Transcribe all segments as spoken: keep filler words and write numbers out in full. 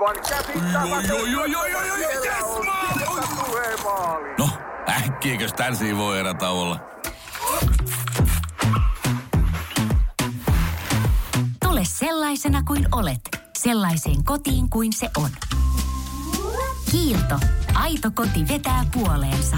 Aivan käsittämätöntä. Siellä on sieltä tulee maali. No, äkkiäkös tän voi erätä olla? Tule sellaisena kuin olet, sellaiseen kotiin kuin se on. Kiilto. Aito koti vetää puoleensa.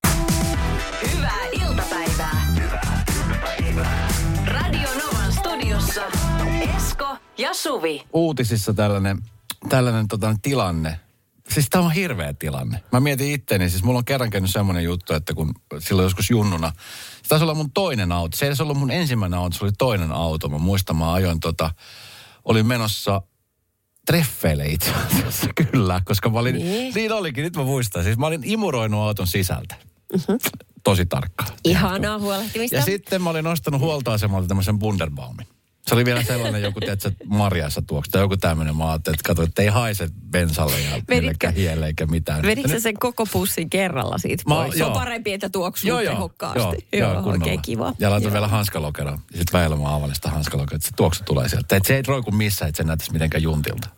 Hyvää iltapäivää. Hyvää iltapäivää. Radio Novan studiossa Esko ja Suvi. Uutisissa tällainen, tällainen tota, tilanne. Siis tämä on hirveä tilanne. Mä mietin itteeni, siis mulla on kerran käynyt semmoinen juttu, että kun silloin joskus junnuna, se taisi olla mun toinen auto. Se ei edes ollut mun ensimmäinen auto, se oli toinen auto. Mä muistan, mä ajoin tota, olin menossa treffeille itse asiassa, kyllä, koska mä olin, niin. niin olikin, nyt mä muistan. Siis mä olin imuroinut auton sisältä. Mm-hmm. Tosi tarkkaan. Ihanaa huolehtimista. Ja sitten mä olin ostanut huoltoasemalta tämmöisen Wunderbaumin. Se oli vielä sellainen joku, tiedätkö, Marjassa tuoksi, tai joku tämmöinen. Mä ajattelin, että katsoin, että ei haise bensalle ja millekään hielle eikä mitään. Veditkö sä sen koko pussin kerralla siitä mä, pois? Se joo. on parempi, että tuoksuu joo, tehokkaasti. Joo, joo, joo oikein kiva. Ja laitoin joo. vielä hanskalokeroon. Ja sitten väillä mä avaan sitä hanskalokeroa, että se tuoksu tulee sieltä. Että se ei roiku missään, että se näyttäisi mitenkään juntilta.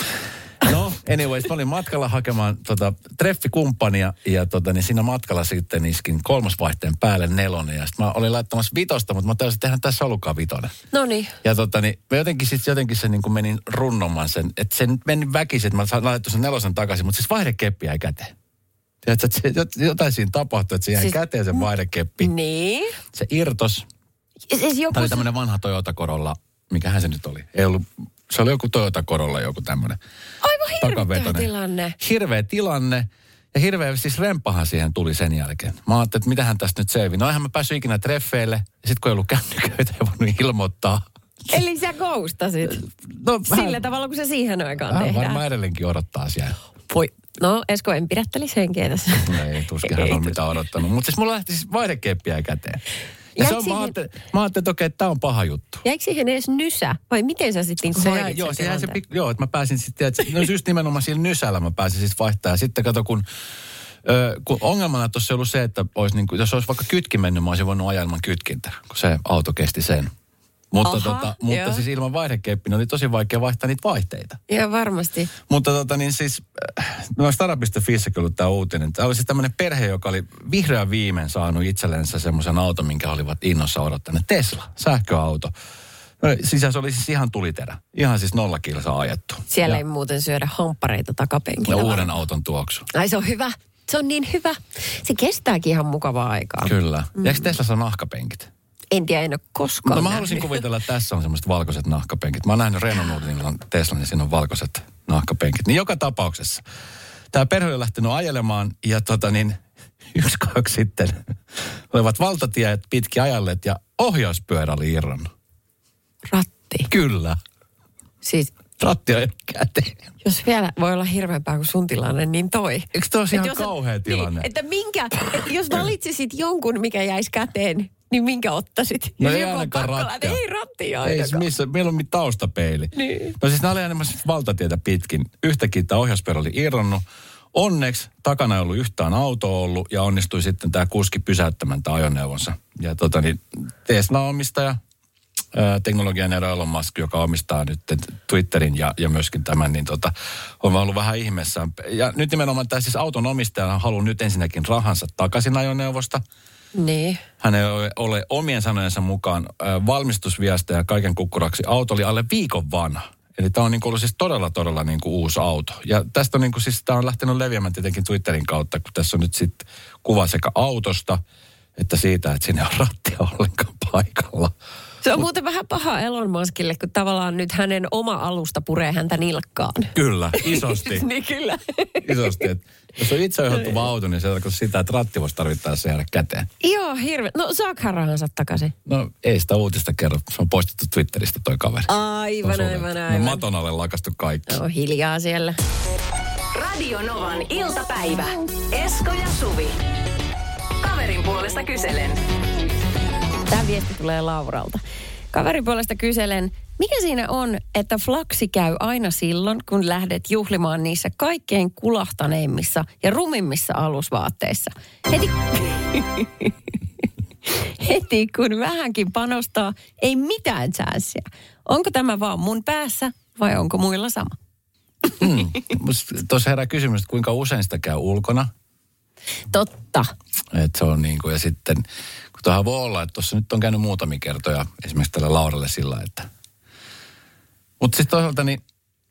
No, anyways, mä olin matkalla hakemaan tota, treffikumppania ja tota, niin siinä matkalla sitten iskin kolmosvaihteen päälle nelonen. Ja sitten mä olin laittamassa vitosta, mutta mä tajusin, että eihän tässä ollutkaan vitonen. No niin. Ja tota, niin mä jotenkin sitten jotenkin se niin kuin menin runnomaan sen, että se meni väkisin, että mä laitettu sen nelosen takaisin, mutta siis vaihdekeppi jäi käteen. Tiedätkö, että se, jotain siinä tapahtui, että se jäi siis, käteen se vaihdekeppi. Niin. Se irtos. Siis joku Tämä oli tämmöinen vanha Toyota Corolla, mikähän se nyt oli? Ei ollut, se oli joku Toyota Corolla joku tämmöinen. Aivan hirveä tilanne. Hirveä tilanne. Ja hirveä siis rempahan siihen tuli sen jälkeen. Mä ajattelin, että mitähän tästä nyt selvi. No eihän mä päässyt ikinä treffeille. Ja sit kun ei ollut kännyköitä, ei voinut ilmoittaa. Eli sä ghostasit? No, sillä hän, tavalla, kun se siihen aikaan hän tehdään. varmaan edelleenkin odottaa siellä. Voi. No, Esko, en pidättelisi henkeä tässä. No ei, tuskin hän on mitään odottanut. Mutta siis mulla lähti siis vaihdekeppiä käteen. Ja se on, siihen... mä ajattelin, mä ajattelin, että okei, että tää on paha juttu. Jäikö siihen edes nysä? Vai miten sä sitten niinku hoidit Joo, sen se, pik- joo, että mä pääsin sitten, että no just nimenomaan sillä nysällä mä pääsin siis vaihtamaan. Ja sitten kato, kun, ö, kun ongelmana tuossa ei ollut se, että olisi niin kuin, jos olisi vaikka kytki mennyt, mä olisin voinut ajaa ilman kytkintä, kun se auto kesti sen. Mutta, Aha, tota, mutta siis ilman vaihdekeppiä oli tosi vaikea vaihtaa niitä vaihteita. Joo, varmasti. Mutta tota niin siis, no Stara piste fiissäkin ollut tämä uutinen. Tämä oli siis tämmöinen perhe, joka oli vihreän viimein saanut itsellensä semmoisen auton, minkä olivat innossa odottaneet. Tesla, sähköauto. No, sisässä oli siis ihan tuliterä. Ihan siis nolla kilsaa ajettu. Siellä ja, ei muuten syödä hamppareita takapenkillä. Ja uuden auton tuoksu. Ai se on hyvä. Se on niin hyvä. Se kestääkin ihan mukavaa aikaa. Kyllä. Mm. Ja eikö Teslassa nahkapenkit? En tiedä, en ole koskaan Mutta mä haluaisin kuvitella, että tässä on semmoiset valkoiset nahkapenkit. Mä oon nähnyt Renault Noodlin Teslan, niin siinä on valkoiset nahkapenkit. Niin joka tapauksessa. Tämä perhe oli lähtenyt ajelemaan ja tota niin, yksi kaksi sitten olivat valtatiet pitki ajalleet ja ohjauspyörä oli irronnut. Ratti? Kyllä. Siis... Ratti on käteen. Jos vielä voi olla hirveämpää kuin sun tilanne, niin toi. Eikö toi ole ihan kauhea et, tilanne? Niin, että minkä, et jos valitsisit jonkun, mikä jäisi käteen, niin minkä ottaisit? No jos ei joku ainakaan rattia. Ei rattia Ei ainakaan. missä, mieluummin taustapeili. Niin. No siis nämä oli enemmän valtatietä pitkin. Yhtäkkiä tämä ohjauspyörä oli irronnut. Onneksi takana ei ollut yhtään autoa ollut ja onnistui sitten tämä kuski pysäyttämään tämä ajoneuvonsa. Ja tota niin, Tesla-omistaja, teknologian ero Elon Musk, joka omistaa nyt Twitterin ja, ja myöskin tämän, niin tota, on ollut vähän ihmeessään. Ja nyt nimenomaan tämä siis auton omistaja haluaa nyt ensinnäkin rahansa takaisin ajoneuvosta. Niin. Hän ei ole, ole omien sanojensa mukaan äh, valmistusviasta ja kaiken kukkuraksi auto oli alle viikon vanha. Eli tämä on niin ollut siis todella, todella niin kuin uusi auto. Ja tästä on, niin kuin, siis, tämä on lähtenyt leviämään tietenkin Twitterin kautta, kun tässä on nyt sitten kuva sekä autosta, että siitä, että sinne on rattia ollenkaan paikalla. Se on Mut, muuten vähän paha Elon Muskille, kun tavallaan nyt hänen oma alusta puree häntä nilkkaan. Kyllä, isosti. Niin kyllä. Isosti. Että jos on itse ohjautuva auto, niin se tarkoittaa sitä, että ratti voisi tarvittaessa jäädä käteen. Joo, hirveä. No saakhan rahansa takaisin? No ei sitä uutista kerro. Se on poistettu Twitteristä toi kaveri. Aivan, aivan, aivan. No maton alle lakastu kaikki. No hiljaa siellä. Radio Novan iltapäivä. Esko ja Suvi. Kaverin puolesta kyselen. Tämä viesti tulee Lauralta. Kaverin puolesta kyselen, mikä siinä on, että flaksi käy aina silloin, kun lähdet juhlimaan niissä kaikkein kulahtaneimmissa ja rumimmissa alusvaatteissa. Heti, heti kun vähänkin panostaa, ei mitään chanssiä. Onko tämä vaan mun päässä vai onko muilla sama? Mm. Tuossa herää kysymys, että kuinka usein sitä käy ulkona. Totta. Että se on niin kuin, ja sitten, kun tuohan voi olla, että tuossa nyt on käynyt muutamia kertoja esimerkiksi tälle Lauralle sillä, että... Mutta sitten toisaalta niin...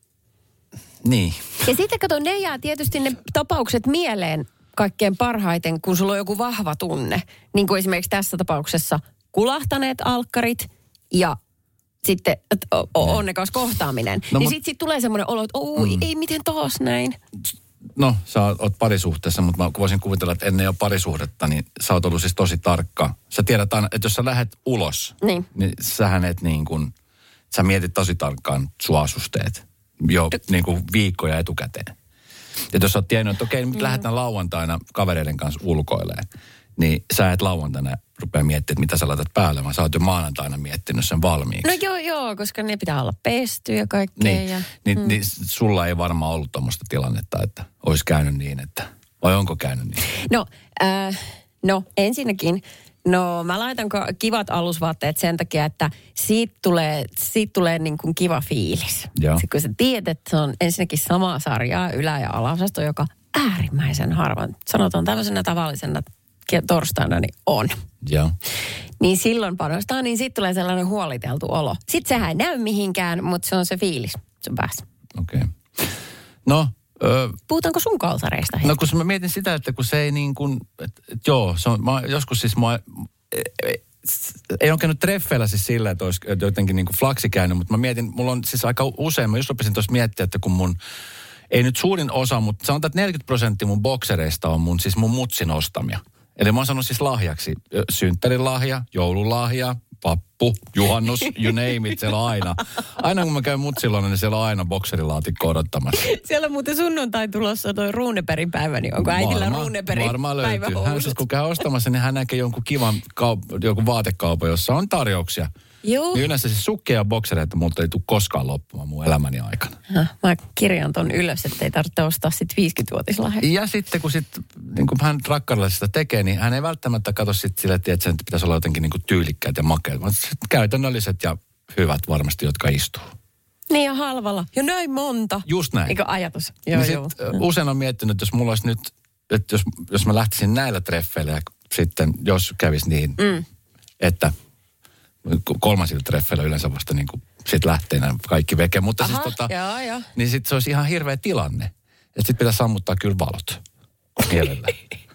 Niin. Ja sitten kato, ne jää tietysti ne tapaukset mieleen kaikkein parhaiten, kun sulla on joku vahva tunne. Niin kuin esimerkiksi tässä tapauksessa kulahtaneet alkkarit ja sitten onnekas kohtaaminen. No, niin mut... sitten sit tulee semmoinen olo, että oi, mm. ei miten taas näin. No, sä oot parisuhteessa, mutta mä voisin kuvitella, että ennen jo parisuhdetta, niin sä oot ollut siis tosi tarkka. Sä tiedät aina, että jos sä lähdet ulos, niin, niin sähän et niin kuin, sä mietit tosi tarkkaan sun asusteet jo niin kuin viikkoja etukäteen. Ja jos sä oot tiennyt, että okei, nyt mm. lähdetään lauantaina kavereiden kanssa ulkoilemaan, niin sä et lauantaina rupea miettimään, että mitä sä laitat päälle, vaan sä oot jo maanantaina miettinyt sen valmiiksi. No joo, joo, koska ne pitää olla pesty ja kaikkea. Niin, ja, niin, mm. niin sulla ei varmaan ollut tuommoista tilannetta, että olisi käynyt niin, että, vai onko käynyt niin? No, äh, no ensinnäkin, no mä laitan kivat alusvaatteet sen takia, että siitä tulee, siitä tulee niin kuin kiva fiilis. Sitten kun sä tiedät, että se on ensinnäkin samaa sarjaa, ylä- ja alaosasto, joka äärimmäisen harvan, sanotaan tämmöisenä tavallisena torstaina, niin on. Joo. Niin silloin panostaa, niin sitten tulee sellainen huoliteltu olo. Sitten sehän ei näy mihinkään, mutta se on se fiilis sun päässä. Okei. Okay. No. Ö, Puhutaanko sun kalsareista hetki? No kun mä mietin sitä, että kun se ei niin kuin, että, että joo, se on, mä, joskus siis mä, ei ole käynyt treffeillä siis sillä, että olisi jotenkin niin kuin flaksi käynyt, mutta mä mietin, mulla on siis aika usein, mä just rupesin tuossa miettiä, että kun mun, ei nyt suurin osa, mutta sanotaan, että neljäkymmentä prosenttia mun boksereista on mun, siis mun mutsin ostamia. Eli mä oon sanonut siis lahjaksi, synttärilahja, joululahja, pappu, juhannus, you name it, siellä on aina. Aina kun mä käyn mutsilla, niin siellä on aina bokserilaatikko odottamassa. Siellä on muuten sunnuntai tulossa toi Runebergin päivä, niin onko äitillä varma, Runebergin varmaan löytyy. päivähousut? Hän siis kun käy ostamassa, niin hän näkee jonkun kivan kaup- jonkun vaatekaupan, jossa on tarjouksia. Joo. Niin yleensä siis sukkeja ja boksereita multa ei tule koskaan loppumaan mun elämäni aikana. Ha, mä kirjan ton ylös, ettei tarvitse ostaa sit viisikymmenvuotislahjaa. Ja sitten kun, sit, niin kun hän rakkaudella sitä tekee, niin hän ei välttämättä katso sitten sille, että sen pitäisi olla jotenkin niin kuin tyylikkäät ja makeat, vaan käytännölliset ja hyvät varmasti, jotka istuu. Niin ja halvalla. Jo näin monta. Just näin. Eikö ajatus? Joo, niin joo. Sit, usein on miettinyt, että jos mulla olisi nyt, että jos, jos mä lähtisin näillä treffeillä ja sitten jos kävisi niin, mm. että kolmansilla treffeillä yleensä vasta niin kuin sit lähtee nämä kaikki veke. Mutta Aha, siis tota, joo, joo. niin sit se olisi ihan hirveä tilanne. Että sit pitää sammuttaa kyllä valot mielellään.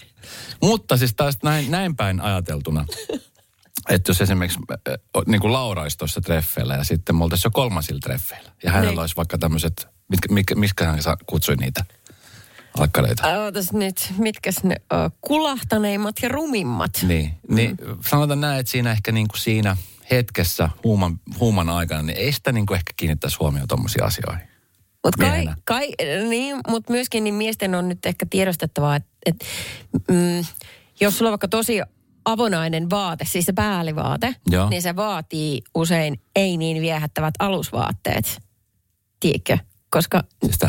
Mutta siis taas näin, näin päin ajateltuna, että jos esimerkiksi niin kuin Laura olisi tuossa treffeillä ja sitten me oltaisiin jo kolmansilla treffeillä. Ja hänellä niin. olisi vaikka tämmöiset, mitkä, miskä hän kutsui niitä alkkareita? Ootas nyt, mitkäs ne uh, kulahtaneimmat ja rumimmat? Niin, niin mm. sanotaan näin, että siinä ehkä niin kuin siinä hetkessä huuman, huuman aikana, niin ei sitä niin kuin ehkä kiinnittäisi huomioon tommosiin asioihin. Mutta kai, kai, niin, mut myöskin niin miesten on nyt ehkä tiedostettavaa, että et, mm, jos sulla on vaikka tosi avonainen vaate, siis se päällivaate, Joo. niin se vaatii usein ei niin viehättävät alusvaatteet. Tiedätkö? Koska... Sitä.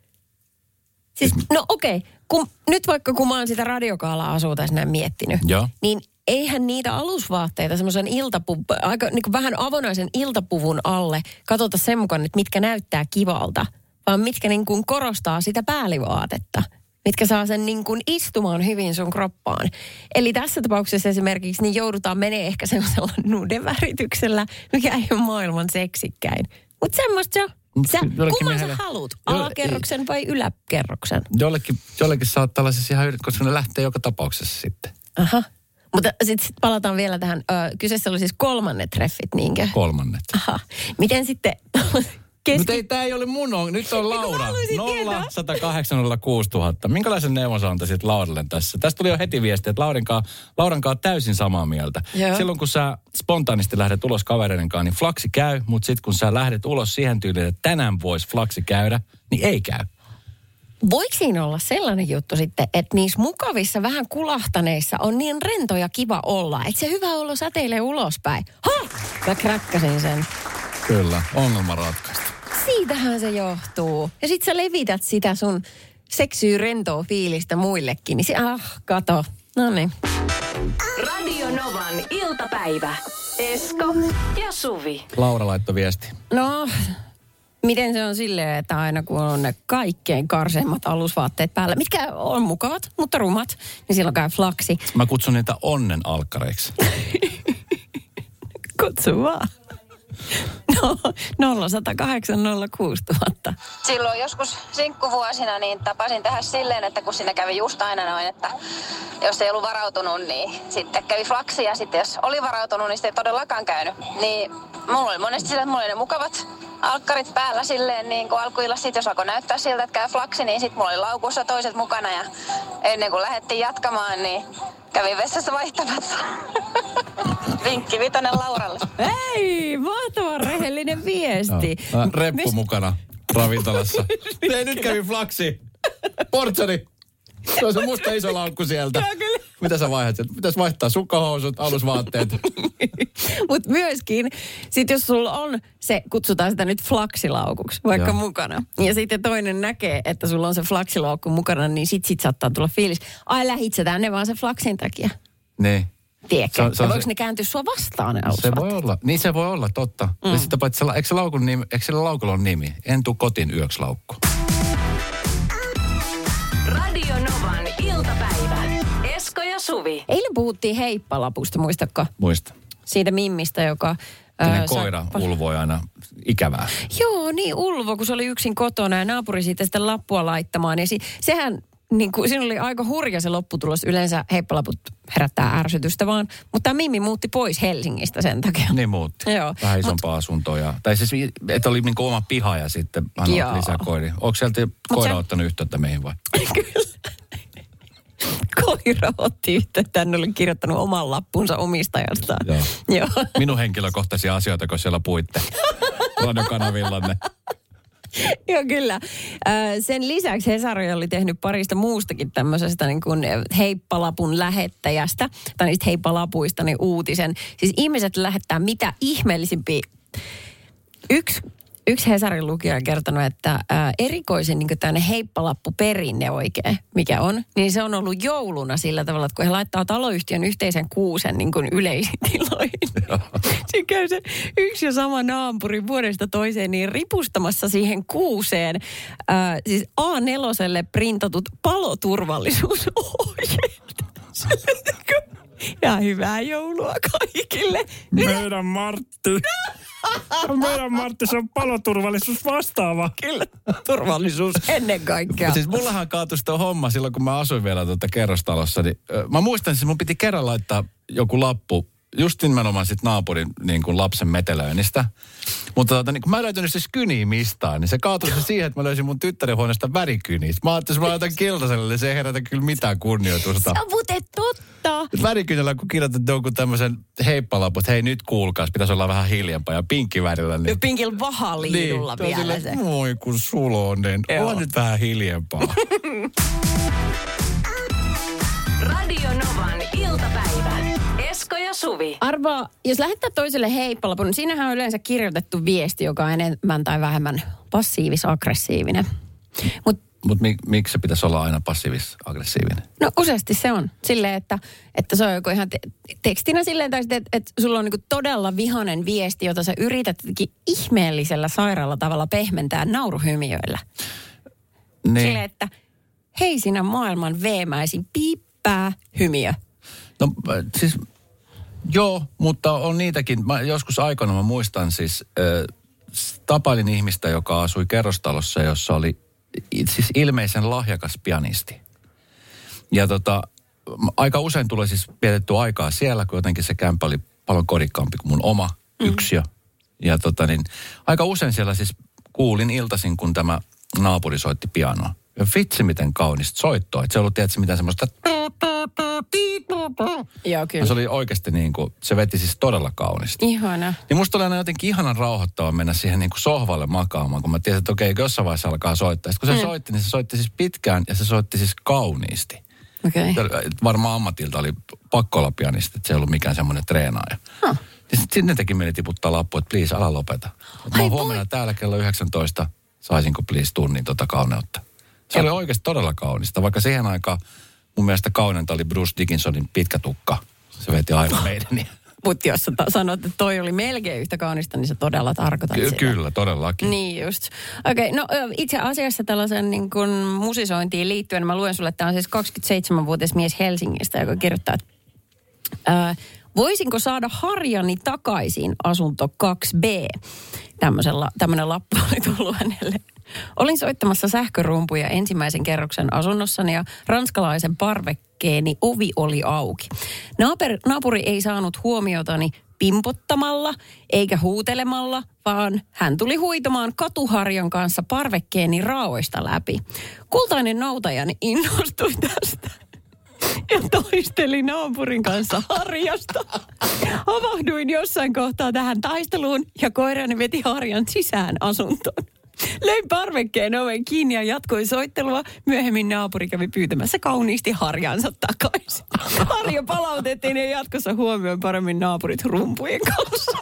Siis, no okei, okay. nyt vaikka kun mä oon sitä radiokaalaa asuu tässä näin miettinyt, Joo. niin eihän niitä alusvaatteita semmoisen iltapuvun, aika niin kuin vähän avonaisen iltapuvun alle katsota sen mukaan, että mitkä näyttää kivalta, vaan mitkä niin kuin korostaa sitä päällivaatetta, mitkä saa sen niin kuin istumaan hyvin sun kroppaan. Eli tässä tapauksessa esimerkiksi niin joudutaan menee ehkä semmoisella nudevärityksellä, mikä ei ole maailman seksikkäin. Mutta semmoista se on. Sä, kumman sä haluut? Alakerroksen vai yläkerroksen? Jollekin, jollekin saattaa olla siis ihan yrit, koska ne lähtee joka tapauksessa sitten. Aha. Mutta sitten sit palataan vielä tähän. Ö, kyseessä oli siis kolmannet treffit, niinkö? Kolmannet. Aha. Miten sitten... Keski... Mutta ei, tämä ei ole mun on. Nyt on Laura. nolla yksi nolla kahdeksan nolla kuusi tuhatta. Minkälaisen neuvon sä antaisit Lauralle tässä? Tästä tuli jo heti viesti, että Laurinkaan, Laurankaan on täysin samaa mieltä. Joo. Silloin kun sä spontaanisti lähdet ulos kavereiden kanssa, niin flaksi käy. Mutta sitten kun sä lähdet ulos siihen tyyliin, että tänään voisi flaksi käydä, niin ei käy. Voiko siinä olla sellainen juttu sitten, että niissä mukavissa vähän kulahtaneissa on niin rento ja kiva olla, että se hyvä olo säteilee ulospäin? Ha! Mä kräkkäsin sen. Kyllä, ongelma ratkaistu. Siitähän se johtuu. Ja sit sä levität sitä sun seksyy rentoa fiilistä muillekin, niin se, ah, kato. No niin. Radio Novan iltapäivä. Esko ja Suvi. Laura laittoi viesti. No, miten se on silleen, että aina kun on ne kaikkein karseimmat alusvaatteet päällä, mitkä on mukavat, mutta rumat, niin silloin käy flaksi. Mä kutsun niitä onnen alkkareiksi. Kutsu vaan. No, nolla sata kahdeksan nolla kuusi tuhatta. Silloin joskus sinkkuvuosina niin tapasin tehdä silleen, että kun siinä kävi just aina noin, että jos ei ollut varautunut, niin sitten kävi flaksi. Ja sitten jos oli varautunut, niin sitten ei todellakaan käynyt. Niin mulla oli monesti sillä, että mulla oli ne mukavat alkkarit päällä silleen, niin kun alkuillassa sit, jos alkoi näyttää siltä, että käy flaksi, niin sitten mulla oli laukussa toiset mukana. Ja ennen kuin lähdettiin jatkamaan, niin kävin vessassa vaihtamassa. Vinkki vitonen Lauralle. Hei, mahtava rehellinen viesti. No, reppu Mis... mukana ravintolassa. Ei, nyt kävi flaksi. Portsani. Se on se musta iso laukku sieltä. Mitä sä vaihdat? Pitäis vaihtaa sukkahousut, alusvaatteet. Mutta myöskin, sit jos sulla on se, kutsutaan sitä nyt flaksilaukuksi vaikka Joo. mukana. Ja sitten toinen näkee, että sulla on se flaksilaukku mukana, niin sit, sit saattaa tulla fiilis. Ai lähit sä tänne vaan se flaksin takia. Niin. Tiedätkö? Se on- se on ja voiko se- ne kääntyä sua vastaan ne Se alusvaatteet? voi olla. Niin se voi olla, totta. Mm. Ja sitten paitsi, eikö se laukun nimi, eikö sillä laukulla on nimi? En tuu kotiin yöksi laukku. Radio Novan iltapäivä. Esko ja Suvi. Eilen puhuttiin heippalapusta, muistatko? Muista. Siitä mimmistä, joka... Kenen ää, koira sa- ulvoi aina ikävää. Joo, niin Ulvo, kun se oli yksin kotona ja naapuri siitä sitä lappua laittamaan. Ja si- sehän, niin kuin, siinä oli aika hurja se lopputulos. Yleensä heippalaput herättää ärsytystä vaan. Mutta tämä Mimmi muutti pois Helsingistä sen takia. Niin muutti. Joo. Vähän isompaa asuntoa. Ja, tai siis, että oli niinku oma piha ja sitten hän Joo. otti lisää koiria. Onko sieltä koira se- ottanut yhteyttä meihin vai? Koira otti yhteyttä, hän oli kirjoittanut oman lappunsa omistajastaan. Joo. Joo. Minun henkilökohtaisia asioita, kun siellä puitte radiokanavillanne. Joo, kyllä. Äh, sen lisäksi Hesari oli tehnyt parista muustakin tämmöisestä niin kuin heippalapun lähettäjästä, tai niistä heippalapuista, niin uutisen. Siis ihmiset lähettää mitä ihmeellisimpiä. Yksi, yksi Hesarin lukija on kertonut, että ää, erikoisin niin tämmöinen heippalappuperinne oikein, mikä on, niin se on ollut jouluna sillä tavalla, että kun he laittaa taloyhtiön yhteisen kuusen niin kuin yleisiin tiloihin. Se käy se yksi ja sama naapuri vuodesta toiseen niin ripustamassa siihen kuuseen ää, siis A neljälle printatut paloturvallisuusohjeet. Ja hyvää joulua kaikille. Meidän Martti. Meidän Martti, se on paloturvallisuus vastaava. Kyllä, turvallisuus ennen kaikkea. Siis mullahan kaatui sitä homma silloin, kun mä asuin vielä tuota kerrostalossa. Niin, ö, mä muistan, että mun piti kerran laittaa joku lappu just nimenomaan sit naapurin niin kuin lapsen metelöinnistä. Mutta tota, niin kun mä en löytänyt siis kyniä mistään, niin se kaatui se siihen, että mä löysin mun tyttären huoneesta värikyniä. Mä ajattelin, että mä laitan kiltaselle, niin se ei herätä kyllä mitään kunnioitusta. Se on muuten totta. Värikynällä, kun kirjoitat jonkun tämmöisen heippalapun, että hei nyt kuulkaas, pitäisi olla vähän hiljempaa ja pinkkivärillä. Ja Niin, pinkillä vahaliidulla niin, vielä sille, se. moi kun sulonen, Joo. olla nyt vähän hiljempaa. Radio Novan iltapäivä. Esko ja Suvi. Arvaa, jos lähettää toiselle heippalapun, niin siinähän on yleensä kirjoitettu viesti, joka on enemmän tai vähemmän passiivis-aggressiivinen. Mutta Mutta mik, miksi se pitäisi olla aina passiivis-aggressiivinen? no useasti se on silleen, että, että se on joku ihan te- tekstinä silleen, tai sitten, että, että sulla on niinku todella vihainen viesti, jota sä yrität jotenkin ihmeellisellä sairaalla tavalla pehmentää nauruhymiöillä. Niin. Silleen, että hei sinä maailman veemäisin piippää hymiö. No äh, siis, joo, mutta on niitäkin. Mä joskus aikana mä muistan siis, äh, tapailin ihmistä, joka asui kerrostalossa, jossa oli siis ilmeisen lahjakas pianisti. Ja tota, aika usein tulee siis vietetty aikaa siellä, kun jotenkin se kämpä oli paljon kodikkaampi kuin mun oma yksiö. Ja tota niin, aika usein siellä siis kuulin iltaisin, kun tämä naapuri soitti pianoa. Ja vitsi, miten kaunista soittoa. Että se ollut, tiedätkö, mitään semmoista... Joo, Ja kyllä. se oli oikeasti niin kuin, se veti siis todella kaunista. Ihana. Niin musta oli aina jotenkin ihanan rauhoittava mennä siihen niin kuin sohvalle makaamaan, kun mä tiesin, että okei, jossain vaiheessa alkaa soittaa. Sitten kun se mm. soitti, niin se soitti siis pitkään ja se soitti siis kauniisti. Okei. Okay. Varmaan ammatilta oli pakko olla pianisti, että se ei ollut mikään semmoinen treenaaja. Huh. Sitten sinne teki meni tiputtaa lappu, että please, älä lopeta. Että mä oon huomenna täällä kello yhdeksäntoista, saisinko please tunnin tota kauneutta. Se ja. oli oikeasti todella kaunista, vaikka siihen aikaan mun mielestä kauneinta oli Bruce Dickinsonin pitkä tukka. Se veti aivan meidän. Mutta jos sä ta- sanot, että toi oli melkein yhtä kaunista, niin sä todella tarkoitat Ky- sitä. Kyllä, todellakin. Niin just. Okei, okay, no itse asiassa tällaisen niin kun musisointiin liittyen, mä luen sulle, että tämä on siis kaksikymmentäseitsemänvuotias mies Helsingistä, joka kirjoittaa, että ää, voisinko saada Harjani takaisin asunto kaksi B? Tämmöinen lappu oli tullut hänelle. Olin soittamassa sähkörumpuja ensimmäisen kerroksen asunnossani ja ranskalaisen parvekkeeni ovi oli auki. Naapuri, naapuri ei saanut huomiotani pimpottamalla eikä huutelemalla, vaan hän tuli huitomaan katuharjan kanssa parvekkeeni raoista läpi. Kultainen noutajani innostui tästä ja toisteli naapurin kanssa harjasta. Havahduin jossain kohtaa tähän taisteluun ja koirani veti harjan sisään asuntoon. Löin parvekkeen oven kiinni ja jatkoin soittelua. Myöhemmin naapuri kävi pyytämässä kauniisti harjansa takaisin. Harja palautettiin ja jatkossa huomioin paremmin naapurit rumpujen kanssa.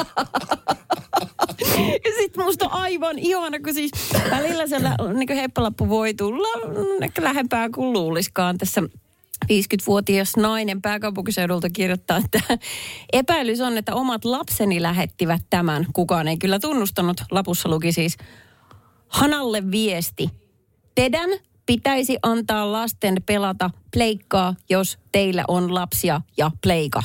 Ja sitten musta on aivan ihana, kun siis välillä se niin heppalappu voi tulla ehkä lähempää kuin luuliskaan. Tässä viisikymmentävuotias nainen pääkaupunkiseudulta kirjoittaa, että epäilys on, että omat lapseni lähettivät tämän. Kukaan ei kyllä tunnustanut. Lapussa luki siis Hanalle viesti. Teidän pitäisi antaa lasten pelata pleikkaa, jos teillä on lapsia ja pleika.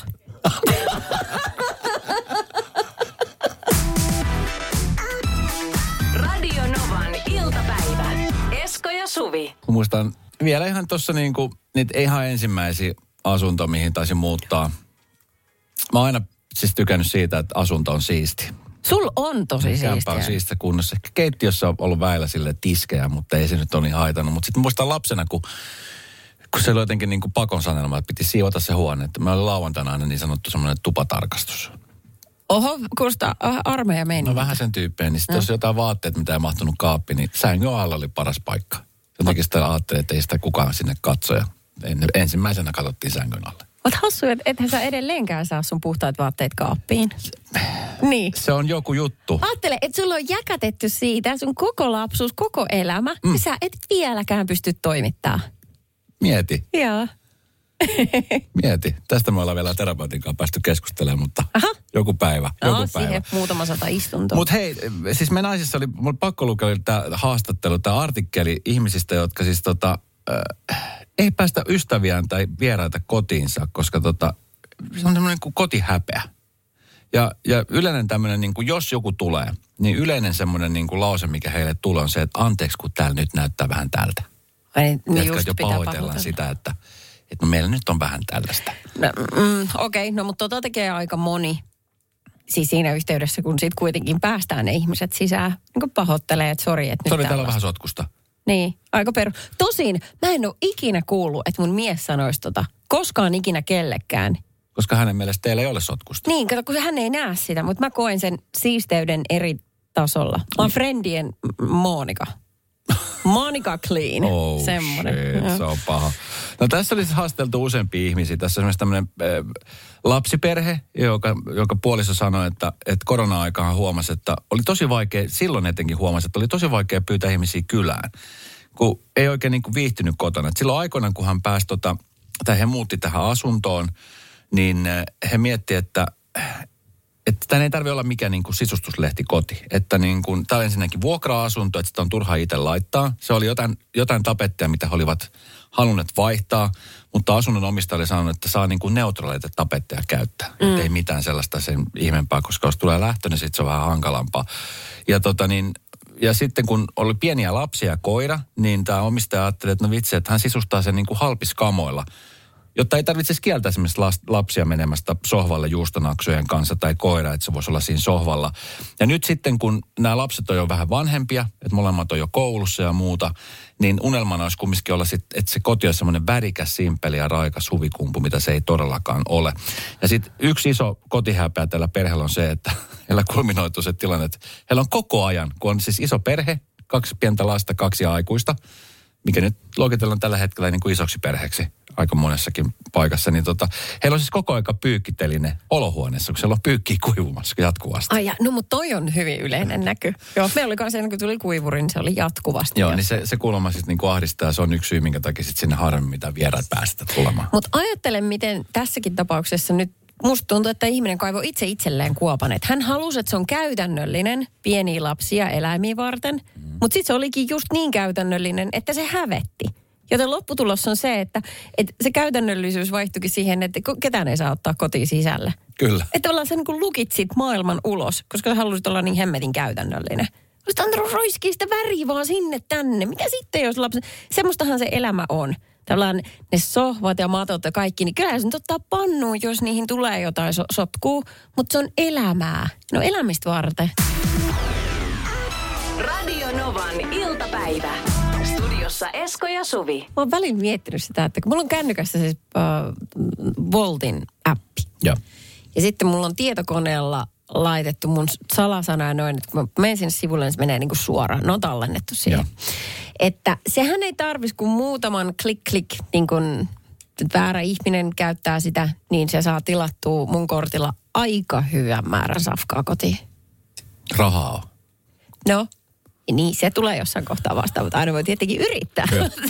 Radio Novan iltapäivä. Esko ja Suvi. Muistan vielä ihan tuossa niinku, niitä ihan ensimmäisiä asuntoja, mihin taisin muuttaa. Mä oon aina siis tykännyt siitä, että asunto on siisti. Sul on tosi siistiä. Kämpä on siistä kunnossa. Ehkä keittiössä on ollut väillä sille tiskejä, mutta ei se nyt ole niin haitannut. Mutta sitten muistan lapsena, kun, kun se oli jotenkin niin kuin pakon sanelma, että piti siivota se huone. Että me oli lauantaina aina niin sanottu semmoinen tupatarkastus. Oho, kuulostaa armeija meininki. No vähän sen tyyppejä. Niin sitten jos jotain vaatteet, mitä ei mahtunut kaappi, niin sängyn alla oli paras paikka. Jotenkin sitä ajattelin, että ei sitä kukaan sinne katso. Ja ensimmäisenä katsottiin sängyn alle. Oot hassu, että ethän sä edelleenkään saa sun puhtaat vaatteet kaappiin. Niin. Se on joku juttu. Ajattele, että sulla on jäkätetty siitä sun koko lapsuus, koko elämä. Mm. Ja sä et vieläkään pysty toimittamaan. Mieti. Joo. Mieti. Tästä me ollaan vielä terapeutin kanssa päästy keskustelemaan, mutta Aha. joku päivä. Joku no, päivä. Siihen muutama sata istuntoa. Mutta hei, siis me naisissa oli, mulla pakko lukea tämä haastattelu, tämä artikkeli ihmisistä, jotka siis tota, äh, ei päästä ystäviään tai vieraita kotiinsa, koska tota, se on semmoinen kuin kotihäpeä. Ja, ja yleinen tämmöinen, niin kuin jos joku tulee, niin yleinen semmoinen niin kuin lause, mikä heille tulee, on se, että anteeksi, kun täällä nyt näyttää vähän tältä. Niin, niin just jo pahoitellaan sitä, että, että no meillä nyt on vähän tällaista. No, mm, Okei, okay, no mutta tota tekee aika moni. Siis siinä yhteydessä, kun sitten kuitenkin päästään ne ihmiset sisään, niin kuin pahoittelee, että sori, että nyt Sori, täällä on tällaista. vähän sotkusta. Niin, aika peru. Tosin mä en ole ikinä kuullut, että mun mies sanoisi tota, koskaan ikinä kellekään. Koska hänen mielestä teillä ei ole sotkusta. Niin, kato, kun hän ei näe sitä, mutta mä koen sen siisteyden eri tasolla. Mä oon Friendien Monika. Monica Clean. Oh semmoinen. shit, se on paha. No tässä oli haasteltu useampia ihmisiä. Tässä on esimerkiksi tämmöinen äh, lapsiperhe, joka, joka puoliso sanoi, että, että korona-aikaan huomasi, että oli tosi vaikea, silloin etenkin huomasi, että oli tosi vaikea pyytää ihmisiä kylään. Kun ei oikein niin kuin viihtynyt kotona. Et silloin aikoinaan, kun hän pääsi, tota, tai he muutti tähän asuntoon, niin he miettii, että että tämän ei tarvitse olla mikään niin kuin sisustuslehti koti. Että niin kuin, tämä on ensinnäkin vuokra-asunto, että sitä on turha itse laittaa. Se oli jotain, jotain tapetteja, mitä he olivat halunneet vaihtaa, mutta asunnon omistaja oli sanonut, että saa niin kuin neutraaleita tapetteja käyttää. Mm. Että ei mitään sellaista sen ihmeempää, koska jos tulee lähtö, niin sitten se on vähän hankalampaa. Ja, tota niin, ja sitten kun oli pieniä lapsia ja koira, niin tämä omistaja ajatteli, että no vitsi, että hän sisustaa sen niin kuin halpiskamoilla. Jotta ei tarvitse kieltää esimerkiksi lapsia menemästä sohvalle juustonaksujen kanssa tai koira, että se voisi olla siinä sohvalla. Ja nyt sitten, kun nämä lapset on jo vähän vanhempia, että molemmat on jo koulussa ja muuta, niin unelmana olisi kumminkin olla, sit, että se koti on semmoinen värikäs, simpeli ja raikas huvikumpu, mitä se ei todellakaan ole. Ja sitten yksi iso kotihäpeä tällä perheellä on se, että heillä kulminoituu se tilanne, että heillä on koko ajan, kun on siis iso perhe, kaksi pientä lasta, kaksi aikuista, mikä nyt luokitellaan tällä hetkellä niin kuin isoksi perheeksi aika monessakin paikassa, niin tota, heillä on siis koko aika pyykkiteline olohuoneessa, kun siellä on pyykkiä kuivumassa jatkuvasti. Ai ja, no mutta toi on hyvin yleinen näky. Joo, me oli kanssa, kun tuli kuivuri, niin se oli jatkuvasti. Joo, niin se, se kuulemma siis niin kuin ahdistaa, se on yksi syy, minkä takia sitten sinne harvemmin mitä vieraat päästä tulemaan. Mutta ajattelen, miten tässäkin tapauksessa nyt musta tuntuu, että ihminen kaivoi itse itselleen kuopan. Että hän halusi, että se on käytännöllinen pieniä lapsia eläimiä varten, mm. mutta sitten se olikin just niin käytännöllinen, että se hävetti. Joten lopputulos on se, että, että se käytännöllisyys vaihtuikin siihen, että ketään ei saa ottaa kotiin sisälle. Kyllä. Että ollaan sä niin kuin lukitsit maailman ulos, koska sä halusit olla niin hemmetin käytännöllinen. Olisit antanut roiskia sitä väriä vaan sinne tänne. Mitä sitten, jos lapsi... Semmoistahan se elämä on. Tavallaan ne sohvat ja matot ja kaikki, niin kyllähän se nyt ottaa pannuun, jos niihin tulee jotain so- sotkua. Mutta se on elämää. No elämistä varten. Radio Novan iltapäivä. Studiossa Esko ja Suvi. Mä oon välillä miettinyt sitä, että kun mulla on kännykässä siis äh, Voltin appi. Joo. Ja sitten mulla on tietokoneella laitettu mun salasana ja noin, että kun mä menen sinne sivulle, niin se menee niin kuin suoraan. Ne on tallennettu siihen. Joo. Että sehän ei tarvitsisi kuin muutaman klik-klik, niin kuin väärä ihminen käyttää sitä, niin se saa tilattua mun kortilla aika hyvän määrän safkaa kotiin. Rahaa. No, niin se tulee jossain kohtaa vastaan, mutta aina voi tietenkin yrittää.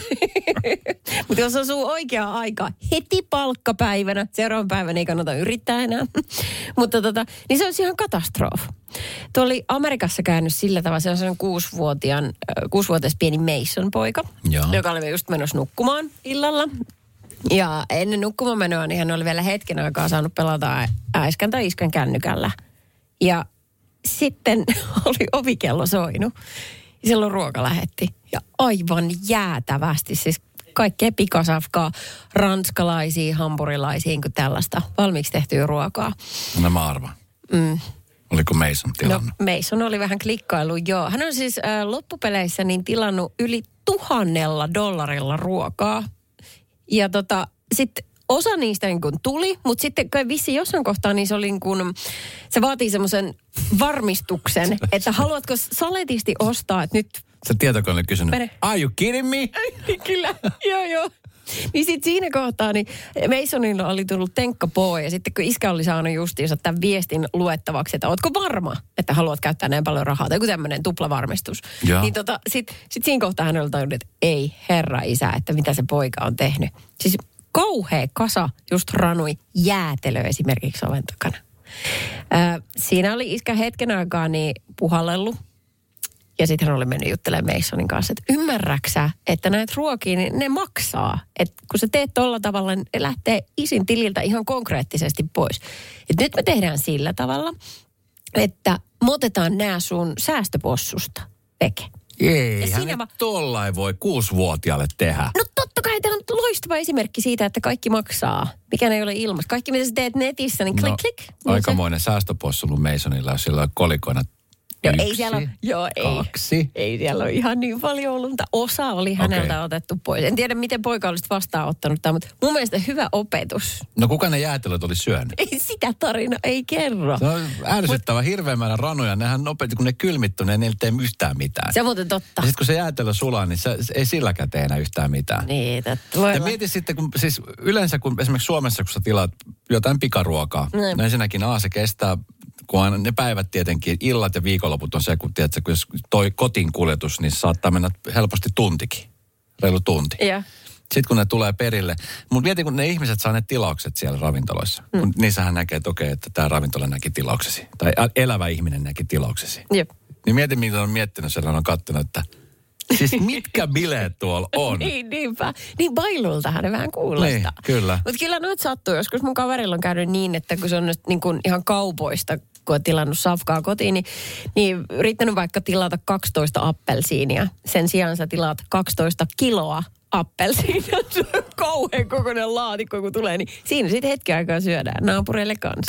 Mutta jos osuu oikea aika heti palkkapäivänä, seuraavan päivänä ei kannata yrittää enää. Mutta tota, niin se olisi ihan katastrofi. Tuo oli Amerikassa käynyt sillä tavalla, se on sellainen kuusivuotiaan, kuusivuotias pieni Mason-poika, Joo. joka oli just menossa nukkumaan illalla. Ja ennen nukkumaan menoa, niin hän oli vielä hetken aikaa saanut pelata äiskän tai iskän kännykällä. Ja sitten oli ovikello soinut ja silloin ruoka lähetti. Ja aivan jäätävästi, siis kaikkea pikasafkaa, ranskalaisia, hampurilaisia, kuin tällaista valmiiksi tehtyä ruokaa. No mä arvaan. Mm. Oliko Mason tilannut? No Mason oli vähän klikkailu, joo. Hän on siis äh, loppupeleissä niin tilannut yli tuhannella dollarilla ruokaa. Ja tota, sitten osa niistä niin kuin tuli, mutta sitten kai vissi jossain kohtaa niin se oli niin kuin, se vaatii semmoisen varmistuksen, että haluatko saletisti ostaa, että nyt... Se tietokone on kysynyt, Mene. Are you kidding me? Kyllä, joo joo. Niin sitten siinä kohtaa, niin Masonilla oli tullut tenkka poo, ja sitten kun iskä oli saanut justiinsa tämän viestin luettavaksi, että ootko varma, että haluat käyttää näin paljon rahaa, tai joku tämmöinen tuplavarmistus. Ja. Niin tota, sitten sit siinä kohtaa hän oli tajunnut, että ei herra isä, että mitä se poika on tehnyt. Siis kauhea kasa just ranui jäätelö esimerkiksi oven takana. Ö, siinä oli iskä hetken aikaa niin puhallellut. Ja sitten hän oli mennyt juttelemaan Masonin kanssa, että ymmärräksä, että näitä ruokia, niin ne maksaa. Että kun sä teet tolla tavalla, niin ne lähtee isin tililtä ihan konkreettisesti pois. Et nyt me tehdään sillä tavalla, että me otetaan nämä sun säästöpossusta veke. Ei, hän va- tollain voi kuusivuotiaalle tehdä. No totta kai, tämä on loistava esimerkki siitä, että kaikki maksaa. Mikään ei ole ilmasta. Kaikki, mitä sä teet netissä, niin klik, no, klik. Aikamoinen se... säästöpossu ollut Masonilla, jos sillä on kolikoina. Joo, yksi, ei siellä ole, joo, ei, kaksi. Ei siellä ole ihan niin paljon ollut, mutta osa oli häneltä okay. otettu pois. En tiedä, miten poika olisi vastaanottanut tämä, mutta mun mielestä hyvä opetus. No kuka ne jäätelöt oli syönyt? Ei sitä tarina, ei kerro. Se on ärsyttävä, Mut... hirveän määrä ranoja. Nehän nopeasti, kun ne kylmittyy, ne ei tee yhtään mitään. Se on muuten totta. Ja sitten kun se jäätelö sulaa, niin se, se ei silläkään tee enää yhtään mitään. Niin, totta. Ja mieti sitten, kun siis yleensä kun esimerkiksi Suomessa, kun sä tilaat jotain pikaruokaa, mm. no ensinnäkin A, se kestää, kun aina ne päivät tietenkin, illat ja viikonloput on se, kun tiedätkö, kun jos toi kotiin kuljetus, niin saattaa mennä helposti tuntikin, reilu tunti. Ja. Sitten kun ne tulee perille, mutta mieti, kun ne ihmiset saa ne tilaukset siellä ravintoloissa. Mm. Kun niissähän näkee, että okei, että tämä ravintola näki tilauksesi. Tai elävä ihminen näki tilauksesi. Jep. Niin mieti, mitä on miettinyt, sellainen on kattonut, että siis mitkä bileet tuolla on? niin, niinpä. Niin bailultahan ne vähän kuulostaa. Niin, kyllä. Mutta kyllä noita sattuu. Joskus mun kaverilla on käynyt niin, että kun se on niin kuin ihan kaupoista, kun on tilannut safkaa kotiin, niin, niin yrittänyt vaikka tilata kaksitoista appelsiinia. Sen sijaan sä tilaat kaksitoista kiloa appelsiinia. Se on kauhean kokoinen laatikko, kun tulee. Niin siinä sitten hetken aikaa syödään naapureille kanssa.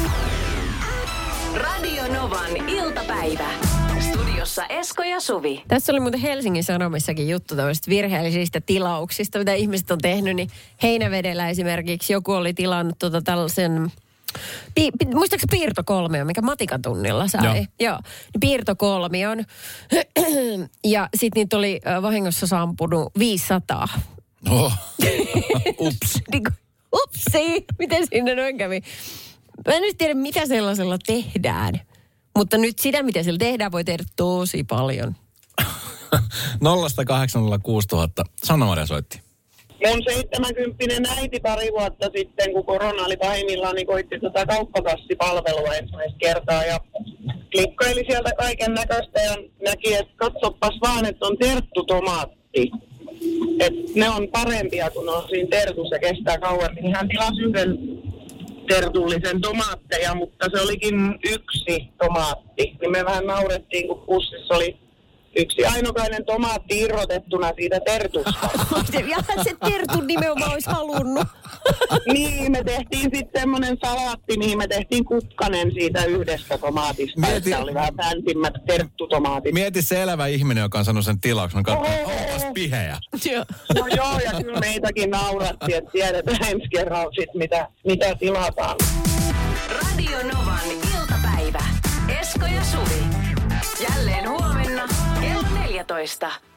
Radio Novan iltapäivä. Studiossa Esko ja Suvi. Tässä oli muuten Helsingin Sanomissakin juttu tämmöisistä virheellisistä tilauksista, mitä ihmiset on tehnyt. Niin Heinävedellä esimerkiksi joku oli tilannut tota tällaisen... Pi, pi, muistaakseni piirtokolmion, mikä matikatunnilla sai? Joo. Joo. Niin piirtokolmion. Ja sitten niitä oli vahingossa sampunut viisisataa. Oh. Ups. niin, upsi, miten sinne noin kävi? Mä en nyt tiedä, mitä sellaisella tehdään. Mutta nyt sitä, mitä sillä tehdään, voi tehdä tosi paljon. nolla kahdeksan nolla kuusi tuhatta. Sanna-Maria soitti. Mun seitsemänkymppinen äiti pari vuotta sitten, kun korona oli pahimmillaan, niin koitti tätä kauppakassipalvelua ensimmäistä kertaa ja klikkaili sieltä kaiken näköistä ja näki, että katsopas vaan, että on terttutomaatti. Että ne on parempia, kun on siinä tertussa kestää kauemmin. Hän tilasi yhden tertullisen tomaatteja, mutta se olikin yksi tomaatti. Niin me vähän naurettiin, kun pussissa oli yksi ainokainen tomaatti irrotettuna siitä tertusta. Ja se tertun nimenomaan olisi halunnut. Niin, me tehtiin sitten semmoinen salaatti, mihin me tehtiin kukkanen siitä yhdestä tomaatista. Mieti... oli vähän fänsimmät terttutomaatit. Mieti se elävä ihminen, joka on sanonut sen tilauksen. Mä katsoin, onpas piheä. No joo, ja kyllä meitäkin nauratti, että tiedetään ensi kerralla sit, mitä, mitä tilataan. Radio Novan iltapäivä. Esko ja Suvi. Jälleen huomenna kello neljätoista.